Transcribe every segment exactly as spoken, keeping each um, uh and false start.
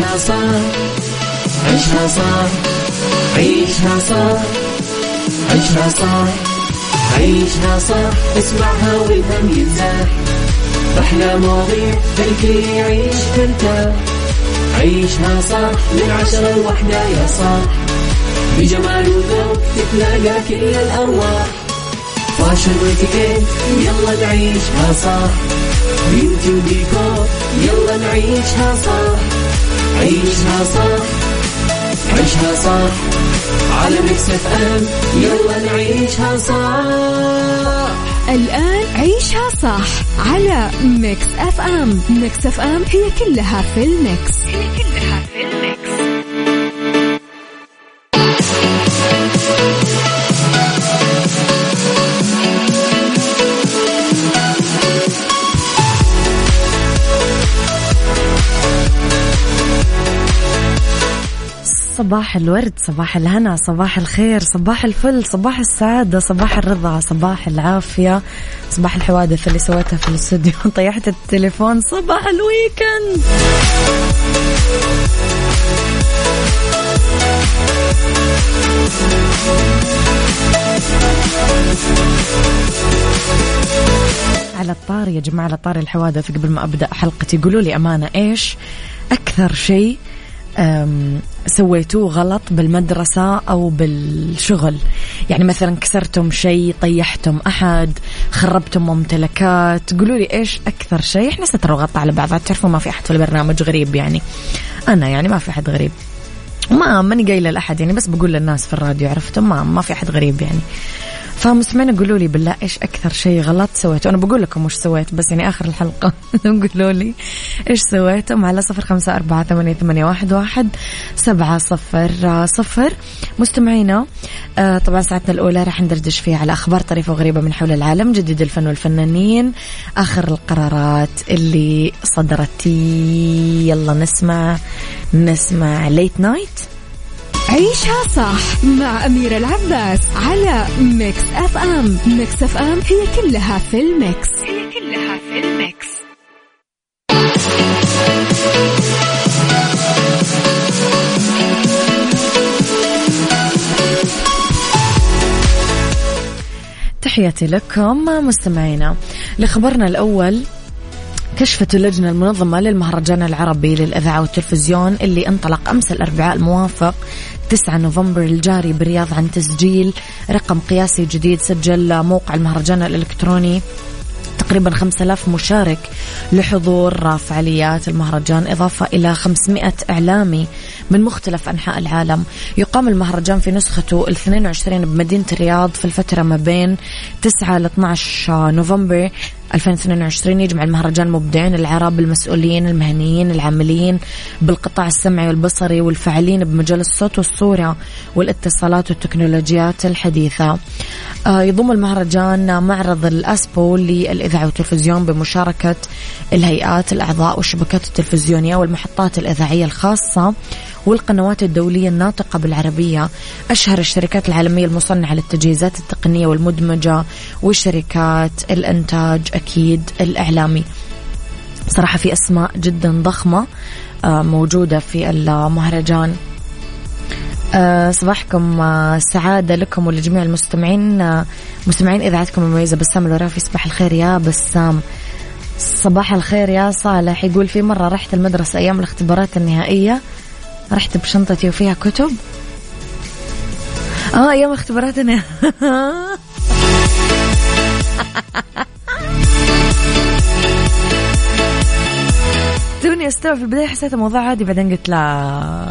عيشها صح عيشها صح عيشها صح عيشها صح عيشها صح اسمعها والهم ينزاح أحلى مواضيع خلي يعيش ترتاح عيشها صح من عشرة لوحدة يا صاح بجمال وذوق تتلاقى كل الأرواح فاشل واتيكيت يلا نعيشها صح بيوتي وديكور يلا نعيشها صح عيشها صح عيشها صح على ميكس اف ام يلا نعيشها صح. الآن عيشها صح على ميكس اف ام. ميكس اف ام هي كلها في الميكس هي كلها في الميكس. صباح الورد، صباح الهنا، صباح الخير، صباح الفل، صباح السعادة، صباح الرضا، صباح العافية، صباح الحوادث اللي سويتها في الاستوديو طيحت التليفون، صباح الويكند. على الطار يا جماعة، على طار الحوادث قبل ما أبدأ حلقتي قولوا لي أمانة إيش أكثر شيء سويتوه غلط بالمدرسة أو بالشغل؟ يعني مثلا كسرتم شيء، طيحتم أحد، خربتم ممتلكات، قولوا لي إيش أكثر شيء. إحنا ستروا غطى على بعض، تعرفوا ما في أحد في البرنامج غريب، يعني أنا يعني ما في أحد غريب، ما ماني قايلة لأحد يعني، بس بقول للناس في الراديو عرفتم ما ما في أحد غريب يعني. فمسمعين قولوا لي بالله إيش أكثر شيء غلط سويته. أنا بقول لكم وش سويت بس يعني آخر الحلقة قولوا لي إيش سويتم على صفر خمسة أربعة ثمانية ثمانية واحد واحد سبعة صفر صفر. مستمعينا آه طبعا ساعتنا الأولى راح ندردش فيها على أخبار طريفة وغريبة من حول العالم، جديد الفن والفنانين، آخر القرارات اللي صدرت. يلا نسمع نسمع ليت نايت. عيشها صح مع أميرة العباس على ميكس اف ام. ميكس اف ام هي كلها في الميكس هي كلها في الميكس. تحياتي لكم مستمعينا. لخبرنا الأول، كشفت اللجنة المنظمة للمهرجان العربي للإذاعة والتلفزيون اللي انطلق أمس الأربعاء الموافق تسعة نوفمبر الجاري بالرياض عن تسجيل رقم قياسي جديد. سجل موقع المهرجان الإلكتروني تقريبا خمسة آلاف مشارك لحضور فعاليات المهرجان، إضافة إلى خمسمائة إعلامي من مختلف أنحاء العالم. يقام المهرجان في نسخته الاثنين وعشرين بمدينة الرياض في الفترة ما بين تسعة إلى اثني عشر نوفمبر ألفين واثنين وعشرين. يجمع المهرجان مبدعين العرب، المسؤولين المهنيين العاملين بالقطاع السمعي والبصري والفاعلين بمجال الصوت والصورة والاتصالات والتكنولوجيات الحديثة. يضم المهرجان معرض الأسبو للإذاعة والتلفزيون بمشاركة الهيئات الأعضاء والشبكات التلفزيونية والمحطات الإذاعية الخاصة والقنوات الدولية الناطقة بالعربية، أشهر الشركات العالمية المصنعة للتجهيزات التقنية والمدمجة وشركات الإنتاج أكيد الإعلامي. صراحة في أسماء جدا ضخمة موجودة في المهرجان. صباحكم سعادة لكم ولجميع المستمعين، مستمعين إذاعتكم المميزة. بسام الورافي صباح الخير يا بسام. صباح الخير يا صالح، يقول في مرة رحت المدرسة أيام الاختبارات النهائية، رحت بشنطتي وفيها كتب. آه أيام اختبارات النهائية توني استوعب في البداية، حسيت الموضوع عادي بعدين قلت لا.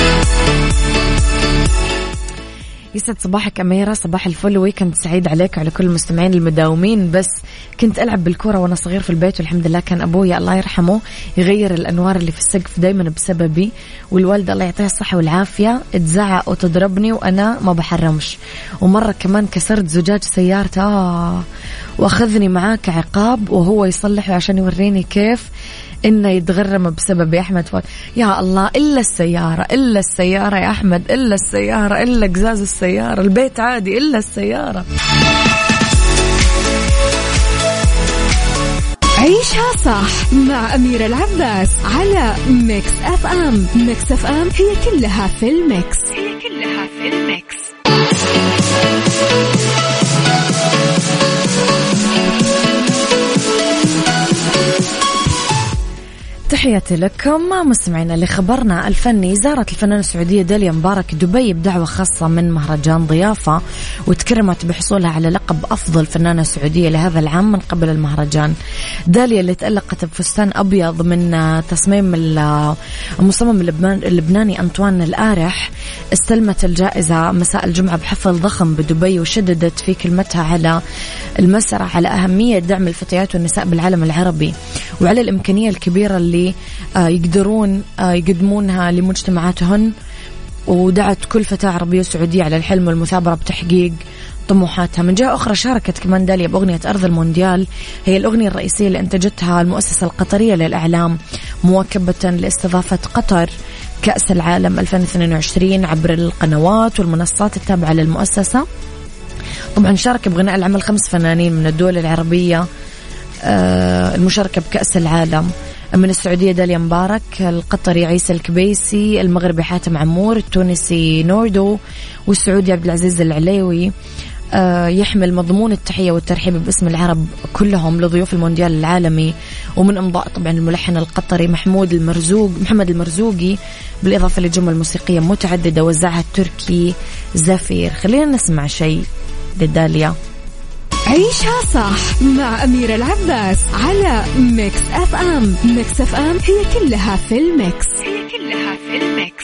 يسعد صباحك أميرة، صباح الفل، ويكند سعيد عليك وعلى كل المستمعين المداومين. بس كنت ألعب بالكرة وأنا صغير في البيت، والحمد لله كان أبوي الله يرحمه يغير الأنوار اللي في السقف دايما بسببي، والوالدة الله يعطيها الصحة والعافية تزعق وتضربني وأنا ما بحرمش. ومرة كمان كسرت زجاج سيارته آه وأخذني معاه كعقاب وهو يصلحه عشان يوريني كيف إنه يتغرم بسبب يا أحمد فوق. يا الله، إلا السيارة إلا السيارة يا أحمد، إلا السيارة إلا قزاز السيارة، البيت عادي إلا السيارة. عيشها صح مع أميرة العباس على ميكس أف أم. ميكس أف أم هي كلها في الميكس، هي كلها في الميكس. تحياتي لكم مستمعينا. لخبرنا الفني، زارت الفنانة السعودية داليا مبارك دبي بدعوة خاصة من مهرجان ضيافة، وتكرمت بحصولها على لقب أفضل فنانة سعودية لهذا العام من قبل المهرجان. داليا اللي تألقت بفستان أبيض من تصميم المصمم اللبناني أنطوان الآرح، استلمت الجائزة مساء الجمعة بحفل ضخم بدبي، وشددت في كلمتها على المسرح على أهمية دعم الفتيات والنساء بالعالم العربي، وعلى الإمكانية الكبيرة اللي يقدرون يقدمونها لمجتمعاتهن، ودعت كل فتاة عربية وسعودية على الحلم والمثابرة بتحقيق طموحاتها. من جهة أخرى، شاركت كمان داليا بأغنية أرض المونديال، هي الأغنية الرئيسية اللي أنتجتها المؤسسة القطرية للإعلام، مواكبة لاستضافة قطر كأس العالم ألفين واثنين وعشرين عبر القنوات والمنصات التابعة للمؤسسة. طبعا شارك بغناء العمل خمس فنانين من الدول العربية المشاركة بكأس العالم، من السعودية داليا مبارك، القطري عيسى الكبيسي، المغربي حاتم عمور، التونسي نوردو، والسعودي عبد العزيز العليوي. يحمل مضمون التحية والترحيب باسم العرب كلهم لضيوف المونديال العالمي، ومن إمضاء طبعا الملحن القطري محمود المرزوق محمد المرزوقي، بالإضافة لجمل موسيقية متعددة وزعها التركي زفير. خلينا نسمع شيء لداليا. عيشها صح مع أميرة العباس على ميكس أف أم. ميكس أف أم هي كلها في الميكس، هي كلها في الميكس.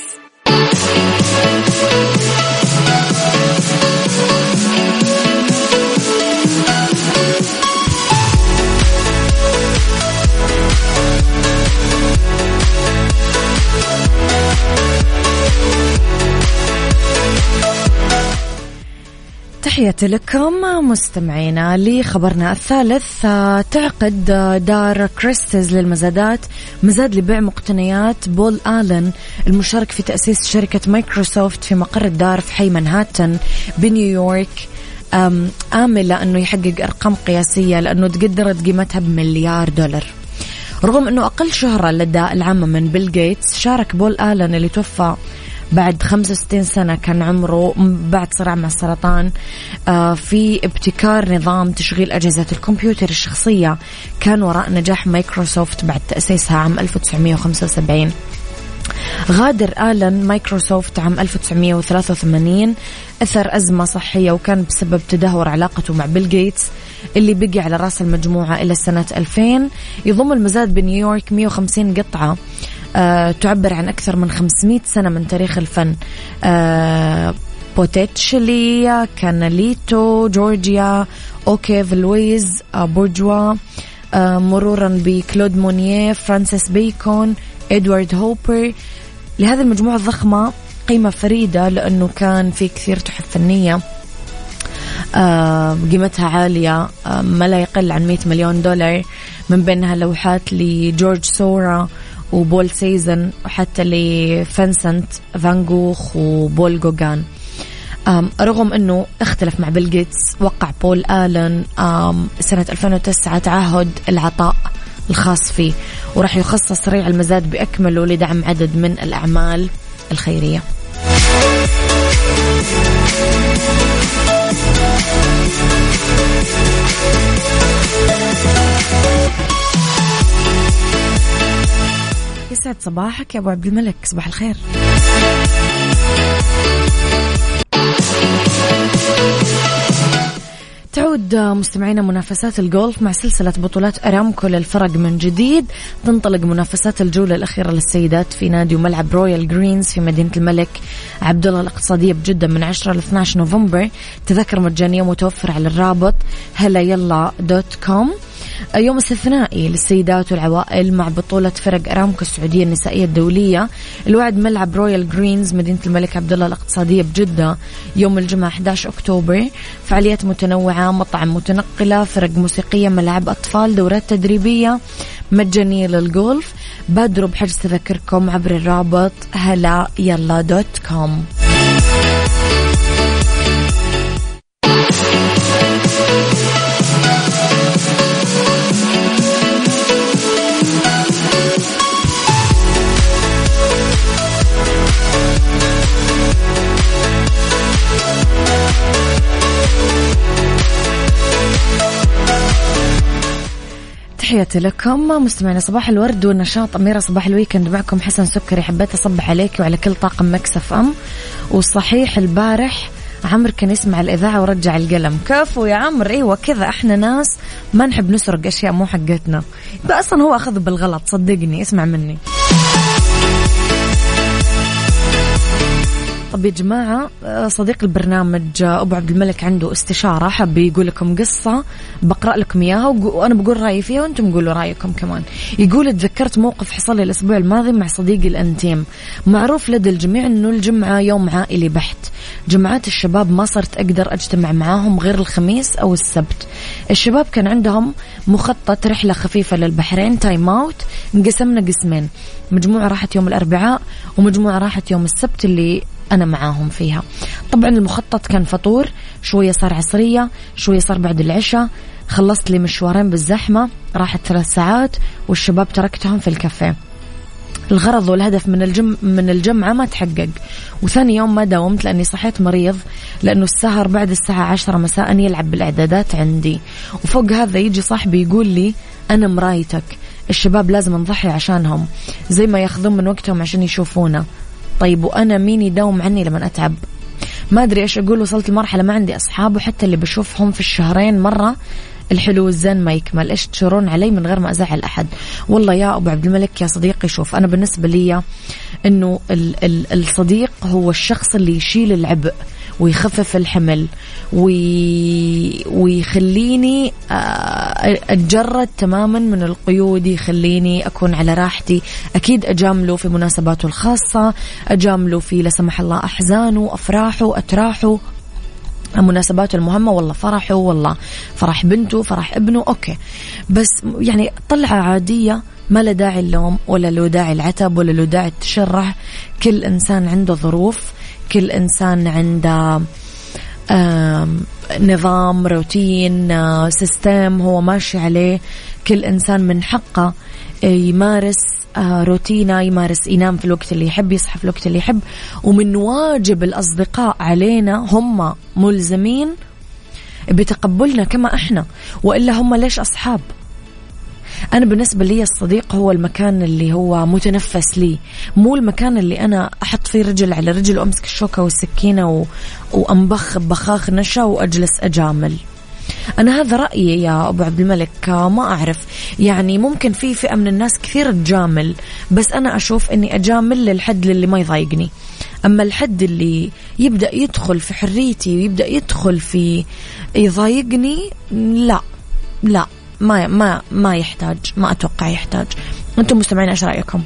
تحياتي لكم مستمعينا. لخبرنا الثالث، تعقد دار كريستيز للمزادات مزاد لبيع مقتنيات بول آلن المشارك في تأسيس شركة مايكروسوفت في مقر الدار في حي منهاتن بنيويورك، آملة أنه يحقق أرقام قياسية لأنه تقدرت قيمتها بمليار دولار. رغم أنه أقل شهرة لدى العامة من بيل جيتس، شارك بول آلن اللي توفى بعد خمسة وستين سنة، كان عمره بعد صراع مع السرطان، في ابتكار نظام تشغيل أجهزة الكمبيوتر الشخصية، كان وراء نجاح مايكروسوفت بعد تأسيسها عام ألف وتسعمائة وخمسة وسبعين. غادر آلن مايكروسوفت عام ألف وتسعمائة وثلاثة وثمانين أثر أزمة صحية، وكان بسبب تدهور علاقته مع بيل جيتس اللي بقي على رأس المجموعة إلى سنة ألفين. يضم المزاد بنيويورك مئة وخمسين قطعة أه تعبر عن أكثر من خمسمائة سنة من تاريخ الفن، أه بوتيتشلي، كاناليتو، جورجيا، أوكيف، لويز، أه بورجوا، أه مرورا بكلود مونيه، فرانسيس بيكون، إدوارد هوبر. لهذه المجموعة الضخمة قيمة فريدة، لأنه كان في كثير تحف فنية قيمتها عالية، ما لا يقل عن مئة مليون دولار، من بينها لوحات لجورج سورا وبول سيزن، وحتى لفنسنت فان جوخ وبول جوغان. رغم أنه اختلف مع بيل جيتس، وقع بول آلن سنة ألفين وتسعة تعهد العطاء الخاص فيه، وراح يخصص ريع المزاد بأكمله لدعم عدد من الأعمال الخيرية. يسعد صباحك يا أبو عبد الملك، صباح الخير. تعود مستمعينا منافسات الجولف مع سلسلة بطولات أرامكو للفرق من جديد. تنطلق منافسات الجولة الأخيرة للسيدات في نادي وملعب رويال جرينز في مدينة الملك عبد الله الاقتصادية بجدة من عشرة ل اثني عشر نوفمبر. تذاكر مجانية متوفرة على الرابط هلا يلا دوت كوم. يوم استثنائي للسيدات والعوائل مع بطولة فرق أرامكو السعودية النسائية الدولية. الوعد ملعب رويال جرينز مدينة الملك عبد الله الاقتصادية بجدة يوم الجمعة أحد عشر أكتوبر. فعاليات متنوعة، مطاعم متنقلة، فرق موسيقية، ملاعب أطفال، دورات تدريبية مجانية للجولف. بادروا بحجز تذكركم عبر الرابط هلا يلا دوت كوم. تحياتي لكم مستمعين صباح الورد والنشاط. أميرة صباح الويكند معكم. حسن سكري حبيت أصبح عليك وعلى كل طاقم مكس اف ام. وصحيح البارح عمر كان يسمع الإذاعة ورجع القلم. كفو يا عمر. ايوه كذا احنا ناس ما نحب نسرق أشياء مو حقتنا. ده أصلا هو أخذ بالغلط صدقني. اسمع مني. طب يا جماعة صديق البرنامج أبو عبد الملك عنده استشارة حب يقول لكم قصة بقرأ لكم إياها وأنا بقول رأيي فيها وأنتم قولوا رأيكم كمان. يقول تذكرت موقف حصل لي الأسبوع الماضي مع صديقي الأنتيم. معروف لدى الجميع أنه الجمعة يوم عائلي بحت. جمعات الشباب ما صرت أقدر أجتمع معاهم غير الخميس أو السبت. الشباب كان عندهم مخطط رحلة خفيفة للبحرين تايم أوت. انقسمنا قسمين. مجموعة راحت يوم الأربعاء ومجموعة راحت يوم السبت اللي أنا معاهم فيها. طبعا المخطط كان فطور شوية صار عصرية شوية صار بعد العشاء. خلصت لي مشوارين بالزحمة راحت ثلاث ساعات والشباب تركتهم في الكافيه. الغرض والهدف من الجم من الجمعة ما تحقق. وثاني يوم ما داومت لأني صحيت مريض لأنه السهر بعد الساعة عشرة مساء يلعب بالإعدادات عندي. وفوق هذا يجي صاحبي يقول لي أنا مرايتك. الشباب لازم نضحي عشانهم زي ما ياخذون من وقتهم عشان يشوفونا. طيب وأنا مين يداوم عني لما أتعب؟ ما أدري إيش أقول. وصلت لمرحلة ما عندي أصحاب وحتى اللي بشوفهم في الشهرين مرة الحلو الزين ما يكمل. إيش تشورون علي من غير ما أزعل أحد؟ والله يا أبو عبد الملك يا صديقي شوف أنا بالنسبة لي إنه ال ال الصديق هو الشخص اللي يشيل العبء ويخفف الحمل وي ويخليني أتجرد تماما من القيود. يخليني أكون على راحتي. أكيد أجامله في مناسباته الخاصة. أجامله في لا سمح الله أحزانه أفراحه أتراحه مناسباته المهمة. والله فرحه والله فرح بنته فرح ابنه أوكي. بس يعني طلعة عادية ما له داعي اللوم ولا له داعي العتب ولا له داعي التشرح. كل إنسان عنده ظروف. كل إنسان عنده نظام روتين سيستم هو ماشي عليه. كل إنسان من حقه يمارس روتينه يمارس ينام في الوقت اللي يحب يصحى في الوقت اللي يحب. ومن واجب الأصدقاء علينا هم ملزمين بتقبلنا كما إحنا وإلا هم ليش أصحاب؟ أنا بالنسبة لي الصديق هو المكان اللي هو متنفس لي مو المكان اللي أنا أحط فيه رجل على رجل وأمسك الشوكة والسكينة و... وأنبخ بخاخ نشا وأجلس أجامل. أنا هذا رأيي يا أبو عبد الملك. ما أعرف يعني ممكن في فئة من الناس كثير تجامل بس أنا أشوف أني أجامل للحد اللي ما يضايقني. أما الحد اللي يبدأ يدخل في حريتي ويبدأ يدخل في يضايقني لا لا ما ما ما يحتاج. ما أتوقع يحتاج. أنتم مستمعين إيش رأيكم؟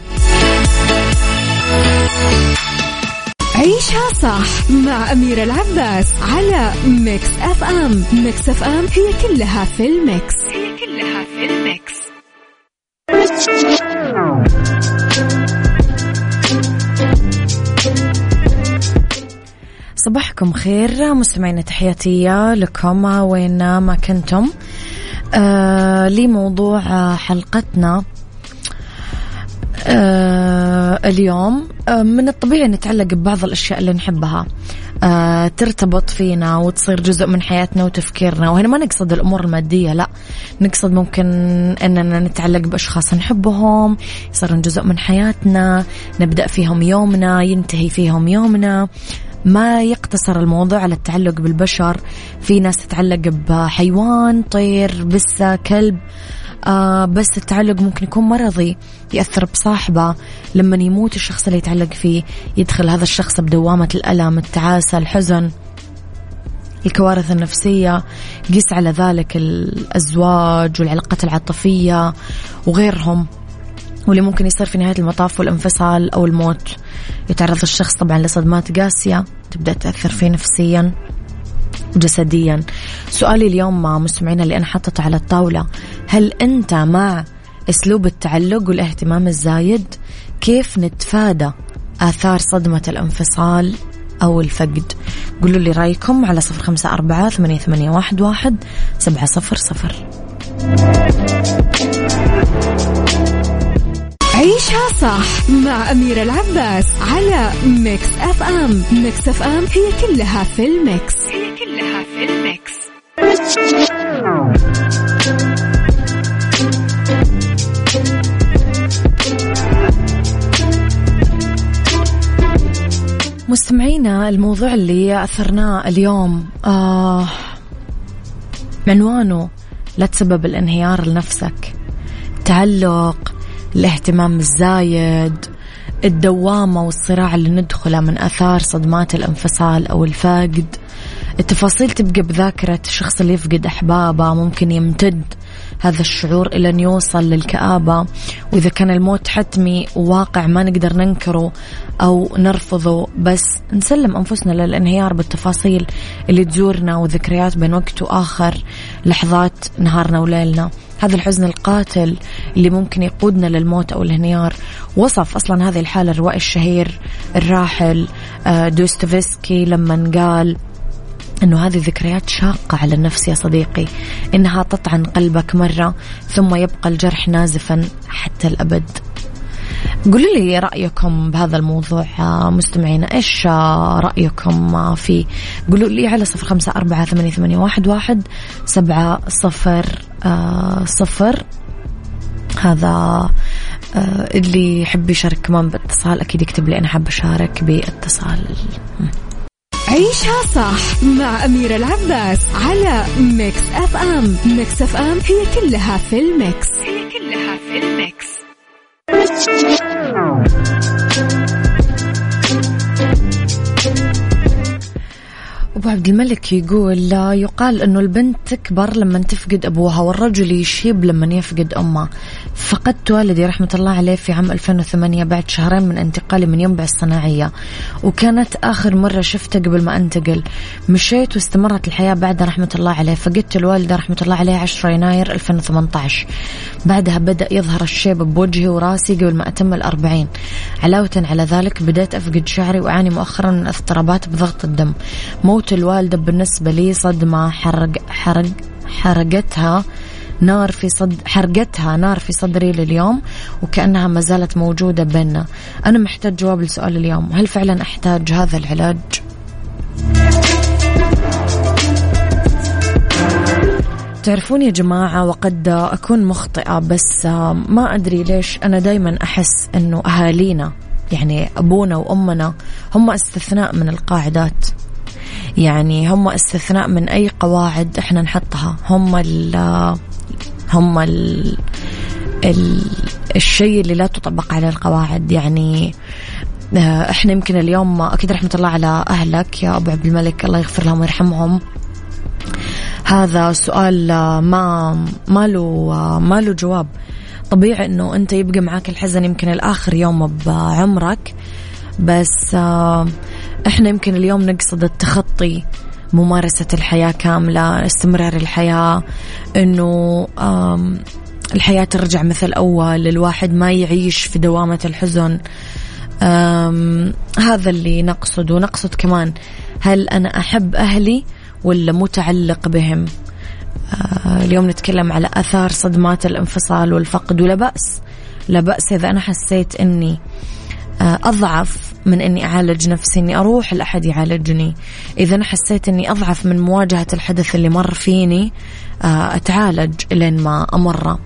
عيشها صح مع أميرة العباس على ميكس اف ام. ميكس اف ام هي كلها في الميكس. هي كلها في الميكس. صباحكم خير مستمعين. تحياتي لكم وين ما كنتم. آه لي موضوع حلقتنا آه اليوم. آه من الطبيعي نتعلق ببعض الأشياء اللي نحبها آه ترتبط فينا وتصير جزء من حياتنا وتفكيرنا. وهنا ما نقصد الأمور المادية لا نقصد ممكن أننا نتعلق بأشخاص نحبهم يصيرون جزء من حياتنا نبدأ فيهم يومنا ينتهي فيهم يومنا. ما يقتصر الموضوع على التعلق بالبشر. في ناس تتعلق بحيوان طير بسة كلب آه بس التعلق ممكن يكون مرضي يأثر بصاحبه. لما يموت الشخص اللي يتعلق فيه يدخل هذا الشخص بدوامة الألم التعاسة الحزن الكوارث النفسية. قيس على ذلك الأزواج والعلاقات العاطفية وغيرهم واللي ممكن يصير في نهاية المطاف والانفصال أو الموت. يتعرض الشخص طبعا لصدمات قاسية تبدأ تأثر فيه نفسيا وجسديا. سؤالي اليوم مع مستمعينا اللي أنا حطته على الطاولة هل أنت مع أسلوب التعلق والاهتمام الزايد؟ كيف نتفادى آثار صدمة الانفصال أو الفقد؟ قولوا لي رأيكم على صفر خمسة أربعة ثمانية ثمانية واحد واحد سبعة صفر صفر. عيشها صح مع أميرة العباس على ميكس اف ام. ميكس اف ام هي كلها في الميكس. هي كلها في الميكس. مستمعينا، الموضوع اللي أثرناه اليوم آه عنوانه لا تسبب الانهيار لنفسك. تعلق، الاهتمام الزايد، الدوامة والصراع اللي ندخله من آثار صدمات الانفصال أو الفقد. التفاصيل تبقى بذاكرة الشخص اللي يفقد أحبابه، ممكن يمتد هذا الشعور إلى أن يوصل للكآبة. وإذا كان الموت حتمي وواقع ما نقدر ننكره أو نرفضه، بس نسلم أنفسنا للانهيار بالتفاصيل اللي تزورنا وذكريات بين وقت وآخر، لحظات نهارنا وليلنا. هذا الحزن القاتل اللي ممكن يقودنا للموت أو الانهيار. وصف أصلا هذه الحالة الروائي الشهير الراحل دوستويفسكي لما قال إنه هذه ذكريات شاقة على النفس يا صديقي، إنها تطعن قلبك مرة ثم يبقى الجرح نازفا حتى الأبد. قولوا لي رأيكم بهذا الموضوع مستمعينا، إيش رأيكم فيه؟ قولوا لي على صفر خمسة أربعة ثمانية ثمانية واحد واحد سبعة صفر صفر. هذا اللي يحب يشارك كمان باتصال أكيد يكتب لي أنا حاب أشارك باتصال. عيشها صح مع أميرة العباس على ميكس أف أم. ميكس أف أم هي كلها في الميكس، هي كلها في الميكس. أبو عبد الملك يقول لا يقال أنه البنت تكبر لما تفقد أبوها والرجل يشيب لما يفقد أمه. فقدت والدي رحمة الله عليه في عام ألفين وثمانية بعد شهرين من انتقالي من ينبع الصناعية، وكانت آخر مرة شفته قبل ما أنتقل. مشيت واستمرت الحياة بعد رحمة الله عليه. فقدت الوالدة رحمة الله عليه عشرة يناير ألفين وثمانية عشر. بعدها بدأ يظهر الشيب بوجهي وراسي قبل ما أتم الأربعين. علاوة على ذلك بدأت أفقد شعري وأعاني مؤخرا من اضطرابات بضغط الدم. موت الوالدة بالنسبة لي صدمة حرق حرق حرقتها نار في صد حرقتها نار في صدري لليوم، وكأنها ما زالت موجودة بيننا. أنا محتاج جواب لسؤال اليوم، هل فعلا أحتاج هذا العلاج؟ تعرفون يا جماعة، وقد أكون مخطئة بس ما أدري ليش أنا دايما أحس أنه أهالينا يعني أبونا وأمنا هم استثناء من القاعدات، يعني هم استثناء من أي قواعد إحنا نحطها. هم ال هم ال ال الشيء اللي لا تطبق على القواعد. يعني إحنا يمكن اليوم أكيد رحمة الله على أهلك يا أبو عبد الملك، الله يغفر لهم ويرحمهم. هذا سؤال ما ما له ما له جواب. طبيعي إنه أنت يبقى معاك الحزن يمكن الآخر يوم بعمرك، بس إحنا يمكن اليوم نقصد التخطي، ممارسة الحياة كاملة، استمرار الحياة، إنه الحياة ترجع مثل أول، الواحد ما يعيش في دوامة الحزن. هذا اللي نقصد. ونقصد كمان هل أنا أحب أهلي ولا متعلق بهم؟ اليوم نتكلم على أثار صدمات الانفصال والفقد، ولا بأس لا بأس إذا أنا حسيت أني أضعف من أني أعالج نفسي أني أروح لأحد يعالجني. إذا أنا حسيت أني أضعف من مواجهة الحدث اللي مر فيني أتعالج لين ما أمره.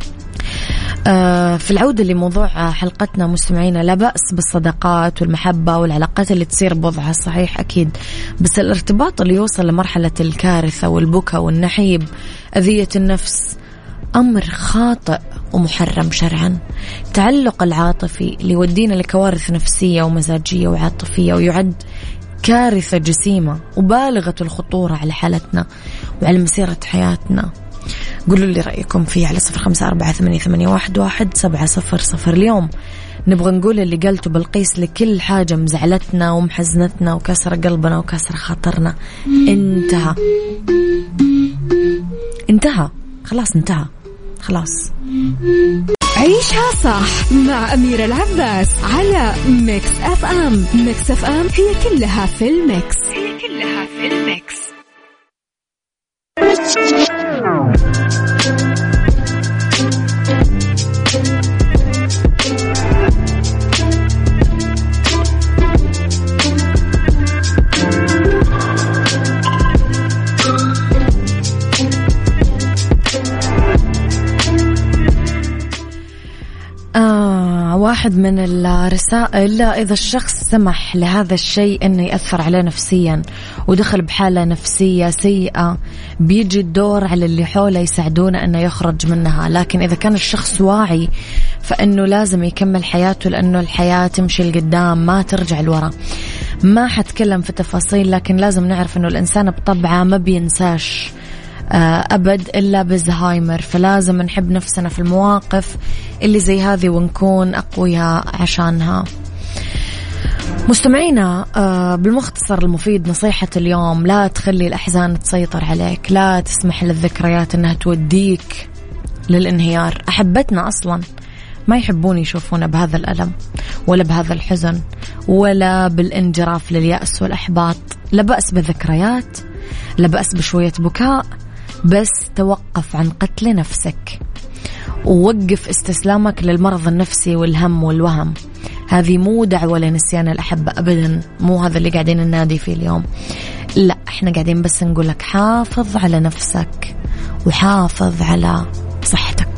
في العودة لموضوع حلقتنا مستمعينا، لا بأس بالصداقات والمحبة والعلاقات اللي تصير بوضعها الصحيح أكيد، بس الارتباط اللي يوصل لمرحلة الكارثة والبكاء والنحيب أذية النفس أمر خاطئ ومحرم شرعا. التعلق العاطفي اللي يودينا لكوارث نفسية ومزاجية وعاطفية، ويعد كارثة جسيمة وبالغة الخطورة على حالتنا وعلى مسيرة حياتنا. قولوا لي رأيكم فيه على صفر خمسة أربعة ثمانية ثمانية واحد واحد سبعة صفر صفر. اليوم نبغى نقول اللي قلته بلقيس لكل حاجة مزعلتنا ومحزنتنا وكسر قلبنا وكسر خاطرنا. انتهى انتهى خلاص انتهى خلاص. عيشها صح مع أميرة العباس على ميكس أف أم. ميكس أف أم هي كلها في الميكس، هي كلها في الميكس. واحد من الرسائل: إذا الشخص سمح لهذا الشيء أنه يأثر عليه نفسيا ودخل بحالة نفسية سيئة، بيجي الدور على اللي حوله يساعدونه أنه يخرج منها. لكن إذا كان الشخص واعي فإنه لازم يكمل حياته، لأنه الحياة تمشي لقدام ما ترجع لورا. ما حتكلم في تفاصيل، لكن لازم نعرف أنه الإنسان بطبعه ما بينساش أبد إلا بزهايمر، فلازم نحب نفسنا في المواقف اللي زي هذه ونكون أقوياء عشانها. مستمعينا، بالمختصر المفيد نصيحة اليوم: لا تخلي الأحزان تسيطر عليك، لا تسمح للذكريات أنها توديك للانهيار. أحبتنا أصلا ما يحبون يشوفونا بهذا الألم ولا بهذا الحزن ولا بالانجراف لليأس والأحباط. لا بأس بالذكريات، لا بأس بشوية بكاء، بس توقف عن قتل نفسك ووقف استسلامك للمرض النفسي والهم والوهم. هذه مو دعوة لنسيان الأحبة أبدا، مو هذا اللي قاعدين ننادي فيه اليوم. لا، احنا قاعدين بس نقول لك حافظ على نفسك وحافظ على صحتك.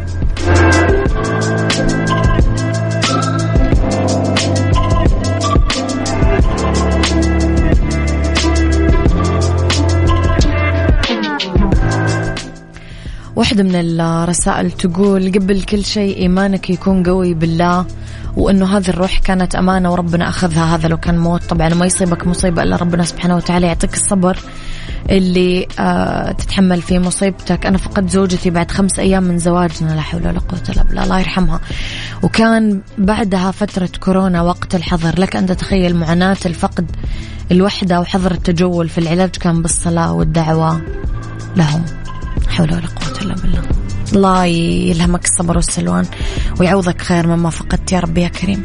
واحدة من الرسائل تقول: قبل كل شيء إيمانك يكون قوي بالله، وأنه هذه الروح كانت أمانة وربنا أخذها. هذا لو كان موت طبعا، ما يصيبك مصيبة إلا ربنا سبحانه وتعالى يعطيك الصبر اللي آه تتحمل فيه مصيبتك. أنا فقدت زوجتي بعد خمس أيام من زواجنا، لا حول ولا قوة إلا بالله، الله يرحمها. وكان بعدها فترة كورونا وقت الحظر. لك أن تتخيل معاناة الفقد، الوحدة وحظر التجول. في العلاج كان بالصلاة والدعوة لهم. حول ولا قوة إلا بالله. الله يلهمك الصبر والسلوان ويعوضك خير مما فقدت يا رب يا كريم.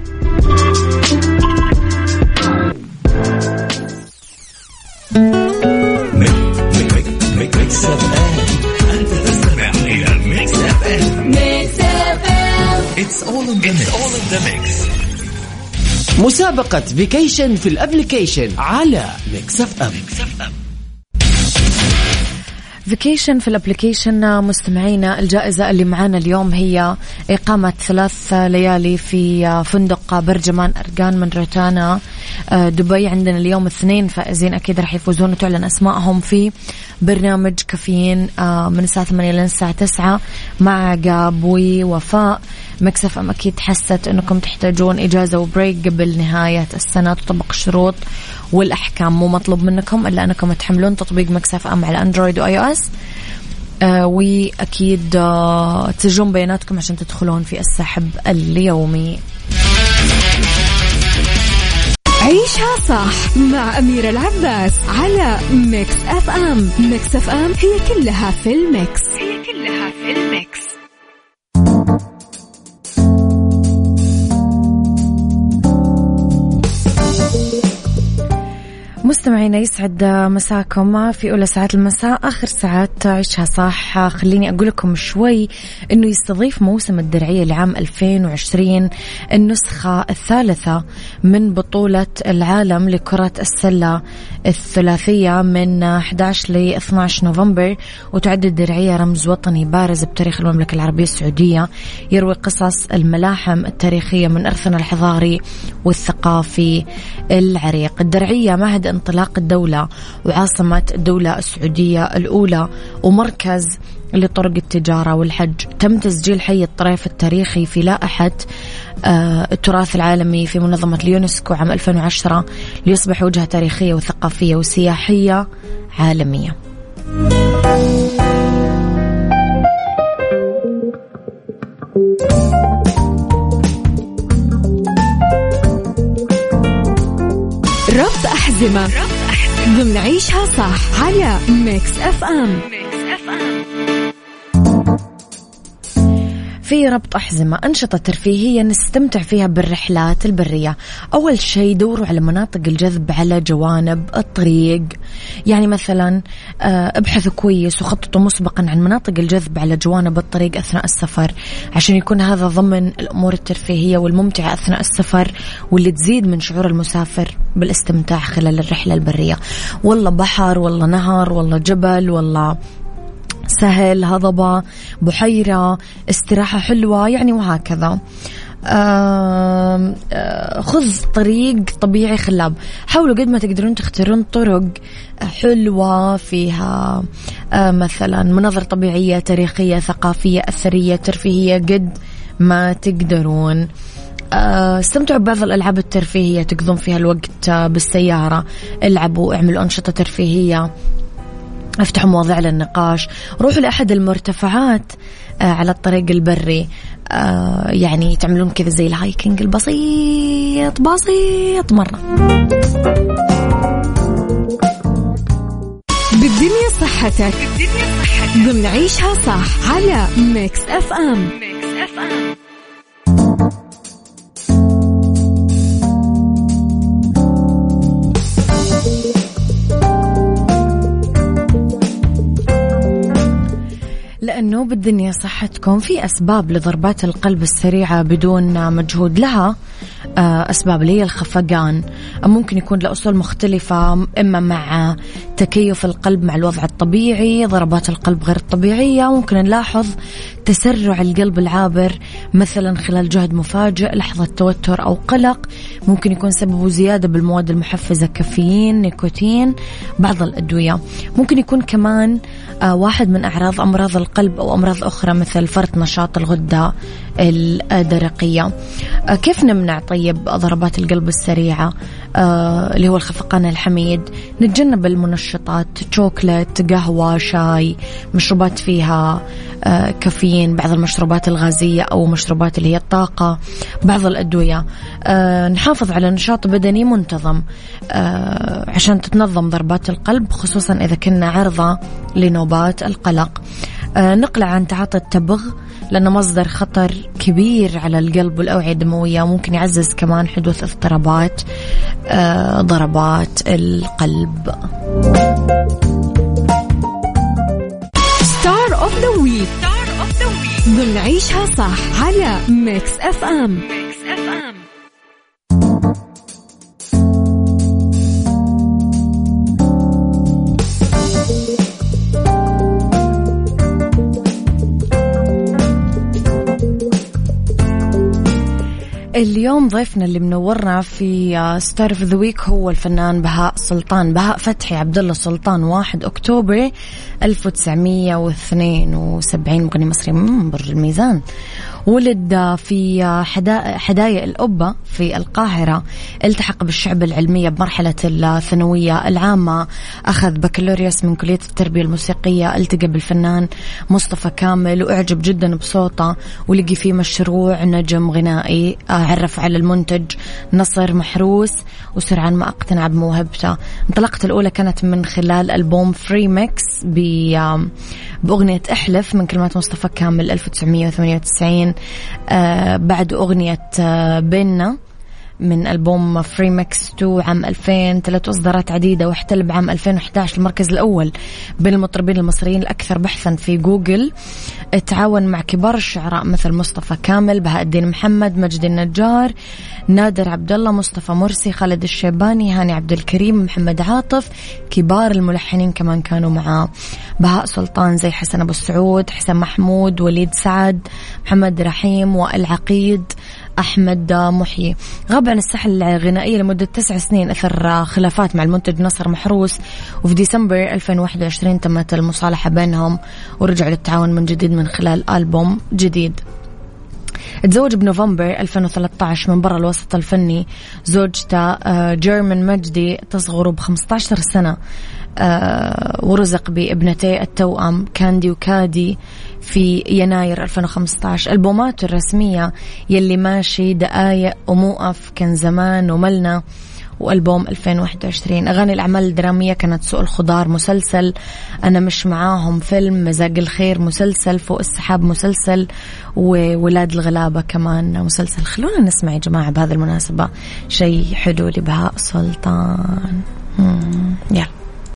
مسابقة فيكيشن في الابليكيشن على ميكس اف ام. فيكيشن في الابليكيشن. مستمعينا، الجائزة اللي معانا اليوم هي إقامة ثلاث ليالي في فندق برجمان أرجان من روتانا دبي. عندنا اليوم اثنين فائزين أكيد رح يفوزون وتعلن أسمائهم في برنامج كافيين من الساعة ثمانية لين الساعة تسعة مع عقاب ووفاء. ميكس اف ام أكيد حست أنكم تحتاجون إجازة وبريك قبل نهاية السنة، تطبق الشروط والأحكام. مو مطلوب منكم إلا أنكم تحملون تطبيق ميكس اف ام على أندرويد وآي أو إس، آه وأكيد آه تسجلون بياناتكم عشان تدخلون في السحب اليومي. عيشها صح مع أميرة العباس على ميكس اف ام. ميكس اف ام هي كلها في الميكس، هي كلها في الميكس. مستمعينا، يسعد مساكم في أولى ساعات المساء، آخر ساعات عيشها صح. خليني أقول لكم شوي أنه يستضيف موسم الدرعية لعام ألفين وعشرين النسخة الثالثة من بطولة العالم لكرة السلة الثلاثية من أحد عشر ل اثني عشر نوفمبر. وتعد الدرعية رمز وطني بارز بتاريخ المملكة العربية السعودية، يروي قصص الملاحم التاريخية من إرثنا الحضاري والثقافي العريق. الدرعية مهد انطلاق الدولة وعاصمة الدولة السعودية الأولى ومركز لطرق التجارة والحج. تم تسجيل حي الطريف التاريخي في لائحة آه التراث العالمي في منظمة اليونسكو عام ألفين وعشرة ليصبح وجهة تاريخية وثقافية وسياحية عالمية. ربط أحزمة ضمن عيشها صح على ميكس اف ام. في ربط أحزمة أنشطة ترفيهية نستمتع فيها بالرحلات البرية. أول شيء دوروا على مناطق الجذب على جوانب الطريق، يعني مثلا ابحثوا كويس وخططوا مسبقا عن مناطق الجذب على جوانب الطريق أثناء السفر، عشان يكون هذا ضمن الأمور الترفيهية والممتعة أثناء السفر واللي تزيد من شعور المسافر بالاستمتاع خلال الرحلة البرية. والله بحر، والله نهر، والله جبل، والله سهل، هضبة، بحيرة، استراحة حلوة، يعني وهكذا. آه آه خذ طريق طبيعي خلاب. حاولوا قد ما تقدرون تختارون طرق حلوة فيها آه مثلا مناظر طبيعية، تاريخية، ثقافية، أثرية، ترفيهية، قد ما تقدرون. استمتعوا ببعض الألعاب الترفيهية تقضون فيها الوقت بالسيارة. العبوا، اعملوا أنشطة ترفيهية، افتحوا مواضيع للنقاش، روحوا لأحد المرتفعات على الطريق البري، يعني تعملون كذا زي الهايكينج البسيط بسيط مرة. بالدنيا صحتك ضمن عيشها صح على ميكس اف ام. لأنه بالدنيا صحتكم في أسباب لضربات القلب السريعة بدون مجهود. لها أسباب اللي هي الخفقان، ممكن يكون لأصول مختلفة، إما مع تكيف القلب مع الوضع الطبيعي، ضربات القلب غير الطبيعية. ممكن نلاحظ تسرع القلب العابر مثلا خلال جهد مفاجئ، لحظة توتر أو قلق. ممكن يكون سببه زيادة بالمواد المحفزة، كافيين، نيكوتين، بعض الأدوية. ممكن يكون كمان واحد من أعراض أمراض القلب أو أمراض أخرى مثل فرط نشاط الغدة الدرقية. كيف نمنع طيب ضربات القلب السريعة آه اللي هو الخفقان الحميد؟ نتجنب المنشطات، شوكولات، قهوة، شاي، مشروبات فيها آه كافيين، بعض المشروبات الغازية أو مشروبات اللي هي الطاقة، بعض الأدوية. آه نحافظ على نشاط بدني منتظم آه عشان تتنظم ضربات القلب، خصوصا إذا كنا عرضة لنوبات القلق. آه نقلع عن تعاطي التبغ لأنه مصدر خطر كبير على القلب والأوعية الدموية، ممكن يعزز كمان حدوث اضطرابات آه ضربات القلب. ستار اوف ذا ويك ضمن عيشها صح على ميكس اف ام. اليوم ضيفنا اللي منورنا في ستار اوف ذا ويك هو الفنان بهاء سلطان، بهاء فتحي عبد الله سلطان، واحد أكتوبر ألف وتسعمية واثنين وسبعين، مغني مصري من برج الميزان. ولد في حدائق الأبة في القاهرة، التحق بالشعب العلمية بمرحلة الثانوية العامة، أخذ بكالوريوس من كلية التربية الموسيقية، التقى بالفنان مصطفى كامل وأعجب جدا بصوته ولقي فيه مشروع نجم غنائي. عرف على المنتج نصر محروس وسرعان ما اقتنع بموهبته. انطلقت الأولى كانت من خلال ألبوم فري ميكس بأغنية احلف من كلمات مصطفى كامل ألف وتسعمية وثمانية وتسعين، آه بعد أغنية آه بيننا من ألبوم فري ميكس تو عام ألفين، ثلاث إصدارات عديدة، واحتل بعام ألفين وإحدى عشر المركز الأول بين المطربين المصريين الأكثر بحثا في جوجل. تعاون مع كبار الشعراء مثل مصطفى كامل، بهاء الدين محمد، مجد النجار، نادر عبد الله، مصطفى مرسي، خالد الشيباني، هاني عبد الكريم، محمد عاطف. كبار الملحنين كمان كانوا مع بهاء سلطان زي حسن أبو السعود، حسن محمود، وليد سعد، محمد رحيم، وائل عقيد، أحمد محيي. غاب عن الساحة الغنائية لمدة تسع سنين أثر خلافات مع المنتج نصر محروس، وفي ديسمبر ألفين وواحد وعشرين تمت المصالحة بينهم ورجعوا للتعاون من جديد من خلال ألبوم جديد. تزوج بنوفمبر ألفين وثلاثة عشر من برا الوسط الفني زوجته جيرمن مجدي تصغر بخمسة عشر سنة، ورزق بابنتي التوأم كاندي وكادي في يناير ألفين وخمسة عشر. ألبوماته الرسمية يلي ماشي، دقايق، وموقف، كان زمان، وملنا، وألبوم ألفين وواحد وعشرين. أغاني الأعمال الدرامية كانت سوق الخضار مسلسل، أنا مش معاهم فيلم، مزاج الخير مسلسل، فوق السحاب مسلسل، وولاد الغلابة كمان مسلسل. خلونا نسمع يا جماعة بهذه المناسبة شيء حلو لبهاء سلطان. يلا